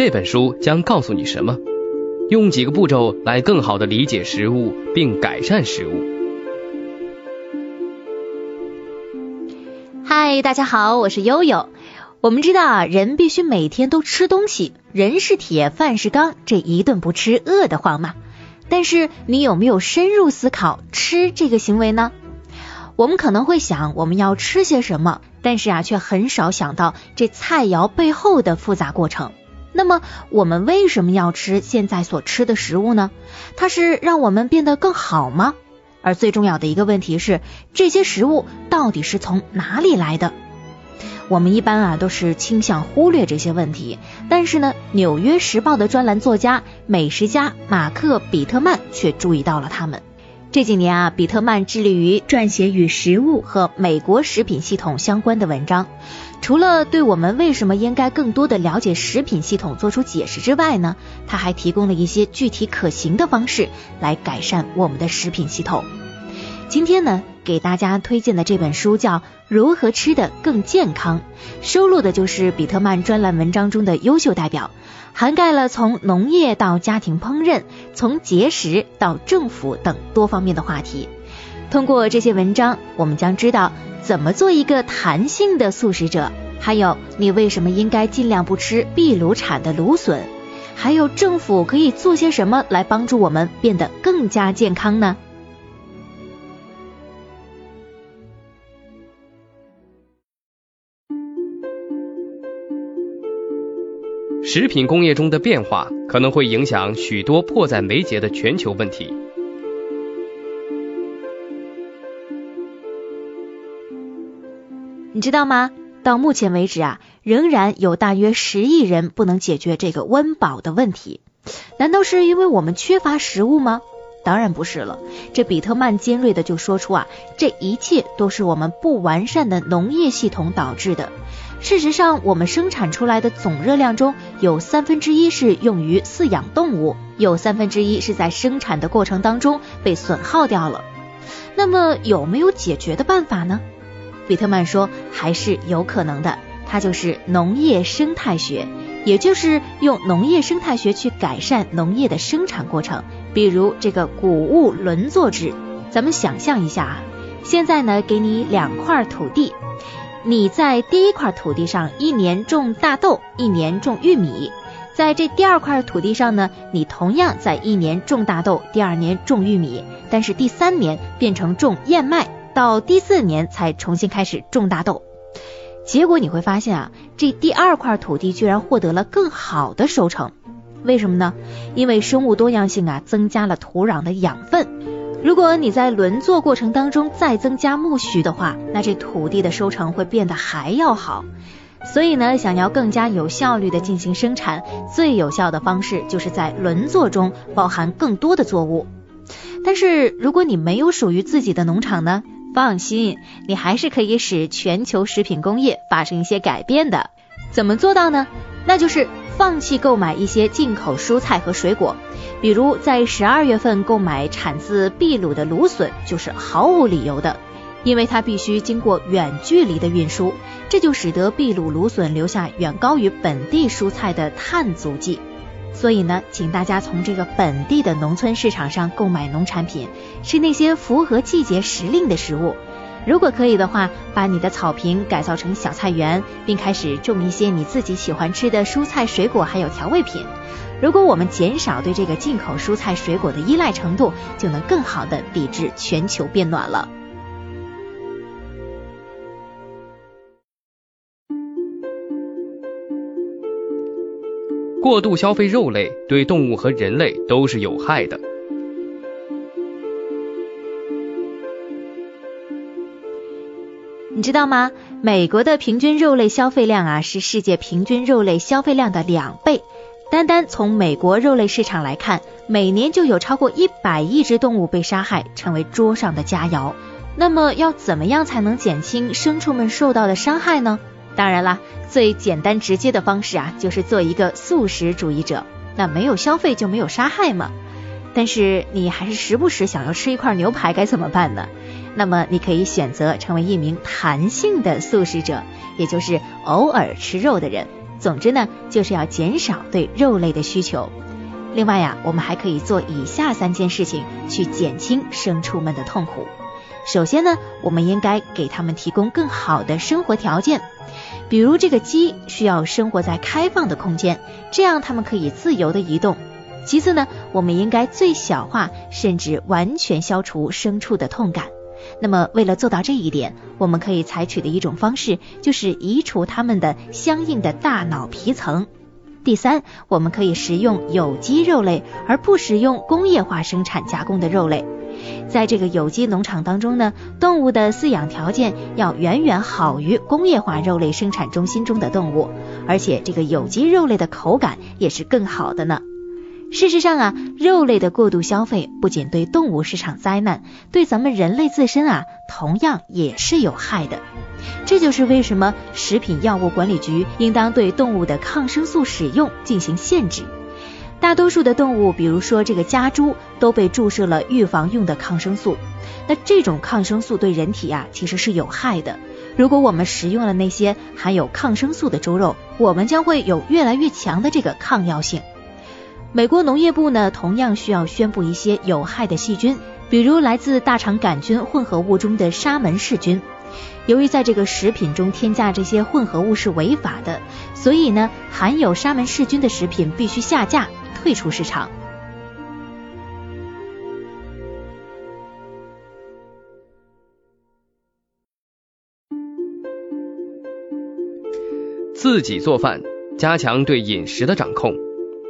这本书将告诉你什么？用几个步骤来更好地理解食物并改善食物。 嗨，大家好，我是悠悠。我们知道啊，人必须每天都吃东西，人是铁，饭是钢，这一顿不吃饿得慌嘛。但是你有没有深入思考吃这个行为呢？我们可能会想我们要吃些什么，但是却很少想到这菜肴背后的复杂过程。那么我们为什么要吃现在所吃的食物呢？它是让我们变得更好吗？而最重要的一个问题是，这些食物到底是从哪里来的？我们一般都是倾向忽略这些问题，但是呢，纽约时报的专栏作家、美食家马克·比特曼却注意到了它们。这几年比特曼致力于撰写与食物和美国食品系统相关的文章。除了对我们为什么应该更多的了解食品系统做出解释之外呢，他还提供了一些具体可行的方式来改善我们的食品系统。今天呢，给大家推荐的这本书叫《如何吃得更健康》，收录的就是比特曼专栏文章中的优秀代表，涵盖了从农业到家庭烹饪，从节食到政府等多方面的话题。通过这些文章，我们将知道怎么做一个弹性的素食者，还有你为什么应该尽量不吃秘鲁产的芦笋，还有政府可以做些什么来帮助我们变得更加健康呢？ 食品工业中的变化可能会影响许多迫在眉睫的全球问题。 你知道吗？到目前为止仍然有大约10亿人不能解决这个温饱的问题。难道是因为我们缺乏食物吗？当然不是了。这比特曼尖锐的就说出这一切都是我们不完善的农业系统导致的。事实上，我们生产出来的总热量中有1/3是用于饲养动物，有1/3是在生产的过程当中被损耗掉了。那么有没有解决的办法呢？比特曼说还是有可能的，它就是农业生态学，也就是用农业生态学去改善农业的生产过程，比如这个谷物轮作制。咱们想象一下现在呢，给你2块土地，你在第一块土地上一年种大豆，一年种玉米，在这第2块土地上呢，你同样在一年种大豆，第2年种玉米，但是第3年变成种燕麦，到第4年才重新开始种大豆。结果你会发现这第2块土地居然获得了更好的收成。为什么呢？因为生物多样性增加了土壤的养分。如果你在轮作过程当中再增加苜蓿的话，那这土地的收成会变得还要好。所以呢，想要更加有效率的进行生产，最有效的方式就是在轮作中包含更多的作物。但是如果你没有属于自己的农场呢，放心，你还是可以使全球食品工业发生一些改变的。怎么做到呢？那就是放弃购买一些进口蔬菜和水果，比如在12月份购买产自秘鲁的芦笋就是毫无理由的，因为它必须经过远距离的运输，这就使得秘鲁芦笋留下远高于本地蔬菜的碳足迹。所以呢，请大家从这个本地的农村市场上购买农产品，吃那些符合季节时令的食物。如果可以的话，把你的草坪改造成小菜园，并开始种一些你自己喜欢吃的蔬菜水果还有调味品。如果我们减少对这个进口蔬菜水果的依赖程度，就能更好地抵制全球变暖了。 过度消费肉类对动物和人类都是有害的。 你知道吗？美国的平均肉类消费量是世界平均肉类消费量的2倍。单单从美国肉类市场来看，每年就有超过100亿只动物被杀害，成为桌上的佳肴。那么要怎么样才能减轻牲畜们受到的伤害呢？当然啦，最简单直接的方式就是做一个素食主义者。那没有消费就没有杀害嘛。但是你还是时不时想要吃一块牛排，该怎么办呢？那么你可以选择成为一名弹性的素食者，也就是偶尔吃肉的人。 总之呢，就是要减少对肉类的需求。另外呀，我们还可以做以下3件事情去减轻牲畜们的痛苦。首先呢，我们应该给他们提供更好的生活条件，比如这个鸡需要生活在开放的空间，这样它们可以自由的移动。其次呢，我们应该最小化甚至完全消除牲畜的痛感。那么为了做到这一点，我们可以采取的一种方式就是移除它们的相应的大脑皮层。第三，我们可以食用有机肉类，而不食用工业化生产加工的肉类。在这个有机农场当中呢，动物的饲养条件要远远好于工业化肉类生产中心中的动物，而且这个有机肉类的口感也是更好的呢。事实上啊，肉类的过度消费不仅对动物是场灾难，对咱们人类自身啊，同样也是有害的。这就是为什么食品药物管理局应当对动物的抗生素使用进行限制。大多数的动物，比如说这个家猪，都被注射了预防用的抗生素。那这种抗生素对人体啊，其实是有害的。如果我们食用了那些含有抗生素的猪肉，我们将会有越来越强的这个抗药性。美国农业部呢，同样需要宣布一些有害的细菌，比如来自大肠杆菌混合物中的沙门氏菌。由于在这个食品中添加这些混合物是违法的，所以呢，含有沙门氏菌的食品必须下架，退出市场。 自己做饭，加强对饮食的掌控。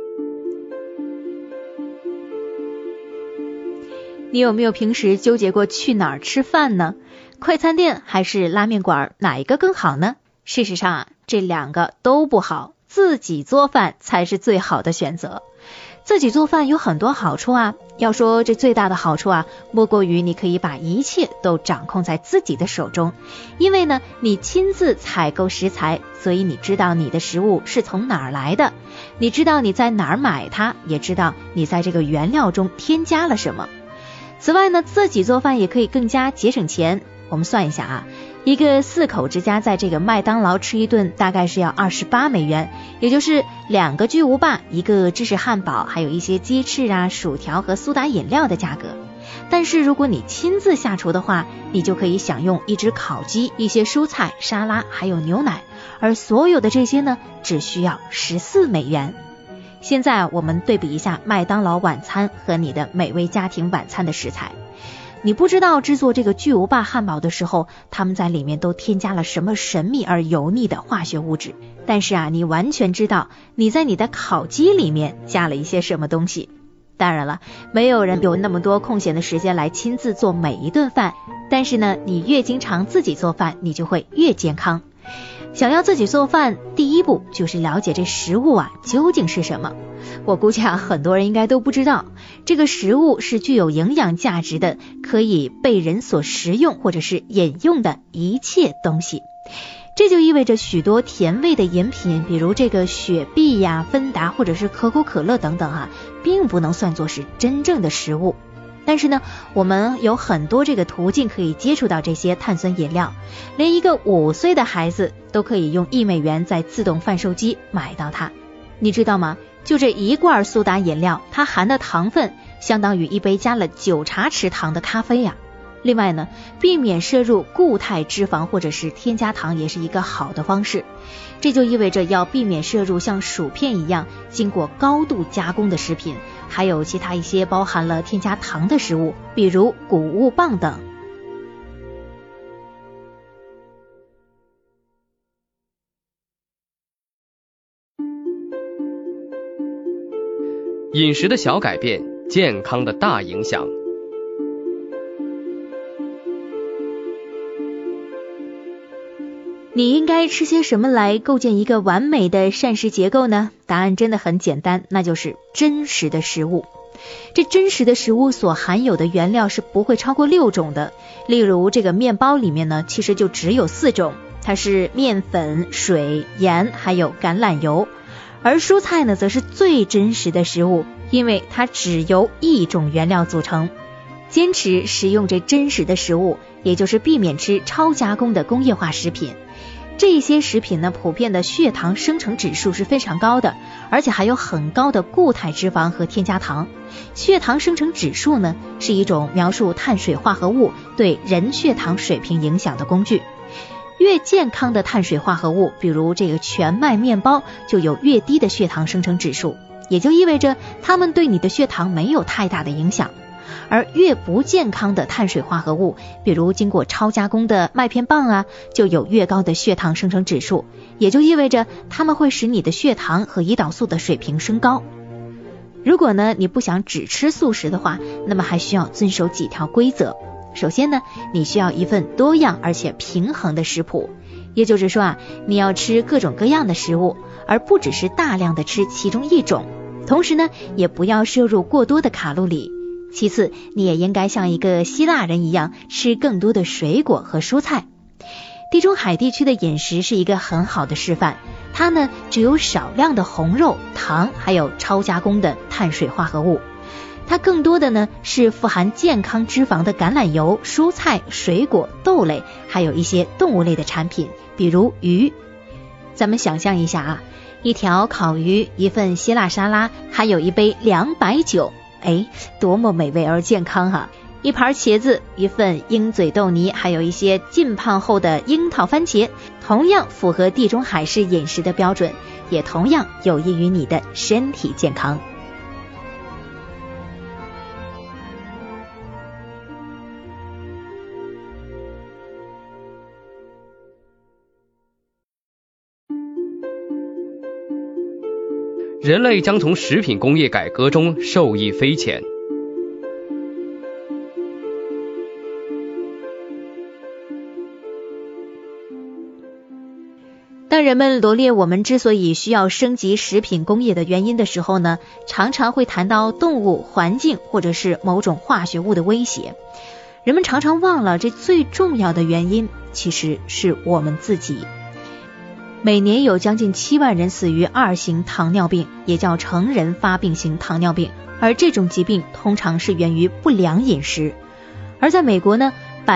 你有没有平时纠结过去哪儿吃饭呢？快餐店还是拉面馆，哪一个更好呢？事实上啊，这2个都不好，自己做饭才是最好的选择。自己做饭有很多好处啊，要说这最大的好处啊，莫过于你可以把一切都掌控在自己的手中。因为呢，你亲自采购食材，所以你知道你的食物是从哪儿来的，你知道你在哪儿买它，也知道你在这个原料中添加了什么。此外呢，自己做饭也可以更加节省钱。我们算一下啊，一个4口之家在这个麦当劳吃一顿大概是要28美元，也就是2个巨无霸、1个芝士汉堡，还有一些鸡翅啊、薯条和苏打饮料的价格。但是如果你亲自下厨的话，你就可以享用1只烤鸡、一些蔬菜、沙拉还有牛奶，而所有的这些呢，只需要14美元。现在我们对比一下麦当劳晚餐和你的美味家庭晚餐的食材。你不知道制作这个巨无霸汉堡的时候，他们在里面都添加了什么神秘而油腻的化学物质，但是啊，你完全知道你在你的烤鸡里面加了一些什么东西。当然了，没有人有那么多空闲的时间来亲自做每一顿饭，但是呢，你越经常自己做饭，你就会越健康。想要自己做饭，第一步就是了解这食物啊究竟是什么。我估计啊，很多人应该都不知道，这个食物是具有营养价值的，可以被人所食用或者是饮用的一切东西。这就意味着许多甜味的饮品，比如这个雪碧呀、芬达或者是可口可乐等等啊，并不能算作是真正的食物。但是呢，我们有很多这个途径可以接触到这些碳酸饮料，连一个5岁的孩子都可以用1美元在自动贩售机买到它。你知道吗？就这1罐苏打饮料，它含的糖分相当于一杯加了9茶匙糖的咖啡呀。另外呢，避免摄入固态脂肪或者是添加糖也是一个好的方式。这就意味着要避免摄入像薯片一样经过高度加工的食品，还有其他一些包含了添加糖的食物，比如谷物棒等。 饮食的小改变，健康的大影响。 你应该吃些什么来构建一个完美的膳食结构呢？答案真的很简单，那就是真实的食物。这真实的食物所含有的原料是不会超过6种的。例如这个面包里面呢，其实就只有4种，它是面粉、水、盐还有橄榄油。而蔬菜呢，则是最真实的食物，因为它只由1种原料组成。坚持食用这真实的食物，也就是避免吃超加工的工业化食品。 这些食品呢，普遍的血糖生成指数是非常高的，而且还有很高的固态脂肪和添加糖。血糖生成指数呢，是一种描述碳水化合物对人血糖水平影响的工具。越健康的碳水化合物，比如这个全麦面包，就有越低的血糖生成指数，也就意味着它们对你的血糖没有太大的影响。而越不健康的碳水化合物，比如经过超加工的麦片棒啊，就有越高的血糖生成指数，也就意味着它们会使你的血糖和胰岛素的水平升高。如果呢你不想只吃素食的话，那么还需要遵守几条规则。首先呢，你需要一份多样而且平衡的食谱，也就是说你要吃各种各样的食物，而不只是大量的吃其中一种。同时呢，也不要摄入过多的卡路里。其次，你也应该像一个希腊人一样，吃更多的水果和蔬菜。地中海地区的饮食是一个很好的示范，它呢只有少量的红肉、糖，还有超加工的碳水化合物。它更多的呢是富含健康脂肪的橄榄油、蔬菜、水果、豆类，还有一些动物类的产品，比如鱼。咱们想象一下一条烤鱼，一份希腊沙拉，还有一杯凉白酒，多么美味而健康一盘茄子，一份鹰嘴豆泥，还有一些浸泡后的樱桃番茄，同样符合地中海式饮食的标准，也同样有益于你的身体健康。 人类将从食品工业改革中受益匪浅。 当人们罗列我们之所以需要升级食品工业的原因的时候呢，常常会谈到动物、环境或者是某种化学物的威胁。人们常常忘了这最重要的原因其实是我们自己。每年有将近7万人死于2型糖尿病，也叫成人发病型糖尿病，而这种疾病通常是源于不良饮食。而在美国呢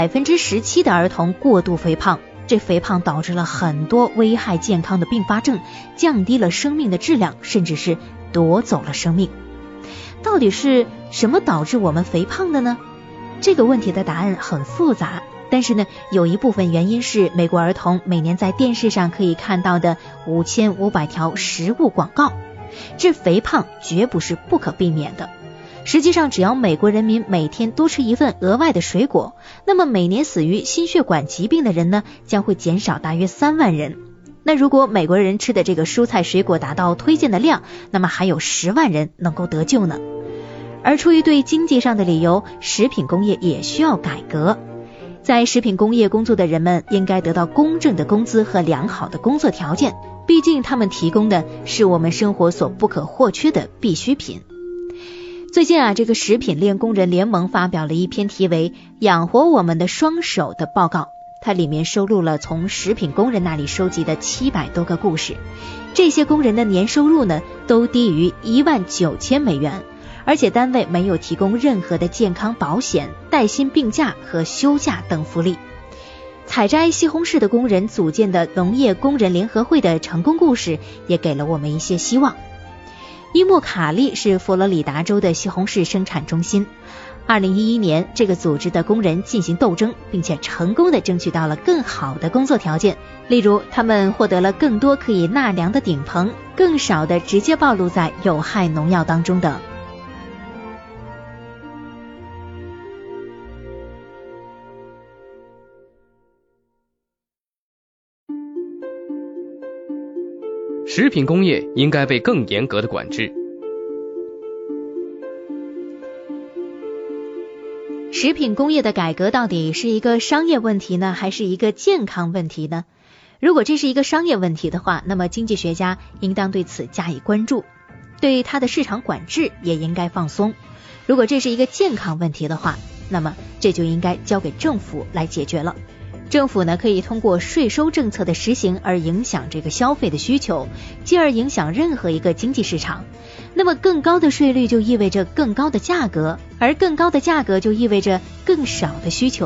，17%的儿童过度肥胖，这肥胖导致了很多危害健康的并发症，降低了生命的质量，甚至是夺走了生命。到底是什么导致我们肥胖的呢？这个问题的答案很复杂，但是呢，有一部分原因是美国儿童每年在电视上可以看到的5500条食物广告。这肥胖绝不是不可避免的。实际上，只要美国人民每天多吃一份额外的水果，那么每年死于心血管疾病的人呢，将会减少大约3万人。那如果美国人吃的这个蔬菜水果达到推荐的量，那么还有10万人能够得救呢。而出于对经济上的理由，食品工业也需要改革。在食品工业工作的人们应该得到公正的工资和良好的工作条件，毕竟他们提供的是我们生活所不可或缺的必需品。最近这个食品链工人联盟发表了一篇题为《养活我们的双手》的报告，它里面收录了从食品工人那里收集的700多个故事。这些工人的年收入呢，都低于19000美元，而且单位没有提供任何的健康保险、带薪病假和休假等福利。采摘西红柿的工人组建的农业工人联合会的成功故事，也给了我们一些希望。伊莫卡利是佛罗里达州的西红柿生产中心。2011年，这个组织的工人进行斗争，并且成功的争取到了更好的工作条件，例如他们获得了更多可以纳凉的顶棚，更少的直接暴露在有害农药当中等。 食品工业应该被更严格的管制。 食品工业的改革到底是一个商业问题呢，还是一个健康问题呢？如果这是一个商业问题的话，那么经济学家应当对此加以关注，对它的市场管制也应该放松。如果这是一个健康问题的话，那么这就应该交给政府来解决了。政府呢，可以通过税收政策的实行而影响这个消费的需求，继而影响任何一个经济市场。那么更高的税率就意味着更高的价格，而更高的价格就意味着更少的需求。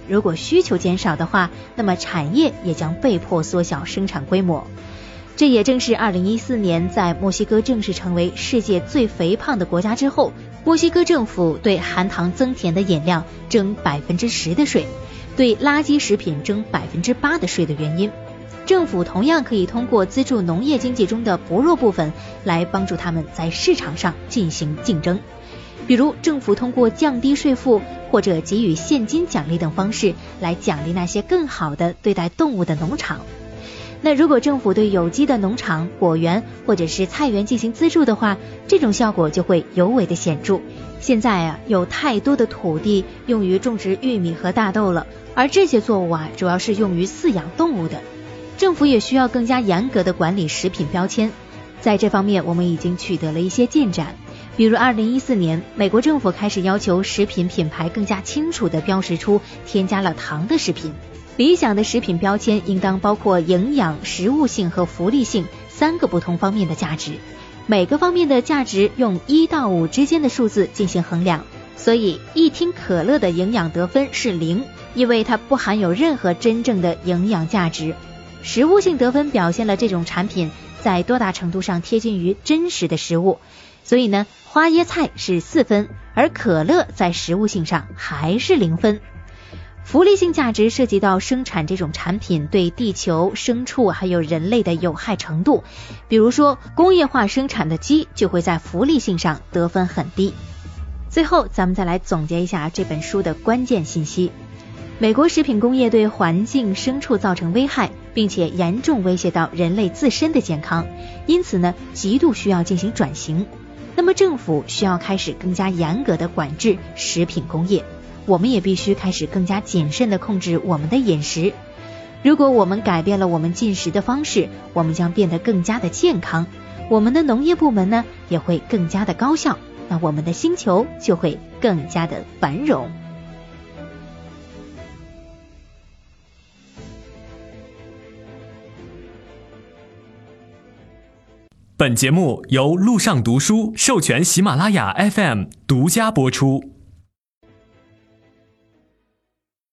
如果需求减少的话，那么产业也将被迫缩小生产规模。这也正是2014年在墨西哥正式成为世界最肥胖的国家之后，墨西哥政府对含糖增甜的饮料征10%的税，对垃圾食品征8%的税的原因。政府同样可以通过资助农业经济中的薄弱部分来帮助他们在市场上进行竞争，比如政府通过降低税负或者给予现金奖励等方式来奖励那些更好的对待动物的农场。那如果政府对有机的农场、果园或者是菜园进行资助的话，这种效果就会尤为的显著。现在有太多的土地用于种植玉米和大豆了，而这些作物主要是用于饲养动物的。政府也需要更加严格的管理食品标签，在这方面我们已经取得了一些进展。比如2014年，美国政府开始要求食品品牌更加清楚地标识出添加了糖的食品。理想的食品标签应当包括营养、实物性和福利性3个不同方面的价值，每个方面的价值用1到5之间的数字进行衡量。所以一听可乐的营养得分是0，因为它不含有任何真正的营养价值。实物性得分表现了这种产品在多大程度上贴近于真实的食物。所以呢，花椰菜是4分，而可乐在实物性上还是0分。福利性价值涉及到生产这种产品对地球、牲畜还有人类的有害程度，比如说工业化生产的鸡就会在福利性上得分很低。最后咱们再来总结一下这本书的关键信息。美国食品工业对环境、牲畜造成危害，并且严重威胁到人类自身的健康，因此呢，极度需要进行转型。那么政府需要开始更加严格的管制食品工业，我们也必须开始更加谨慎地控制我们的饮食。如果我们改变了我们进食的方式，我们将变得更加的健康，我们的农业部门呢也会更加的高效，那我们的星球就会更加的繁荣。 本节目由路上读书授权喜马拉雅 FM 独家播出。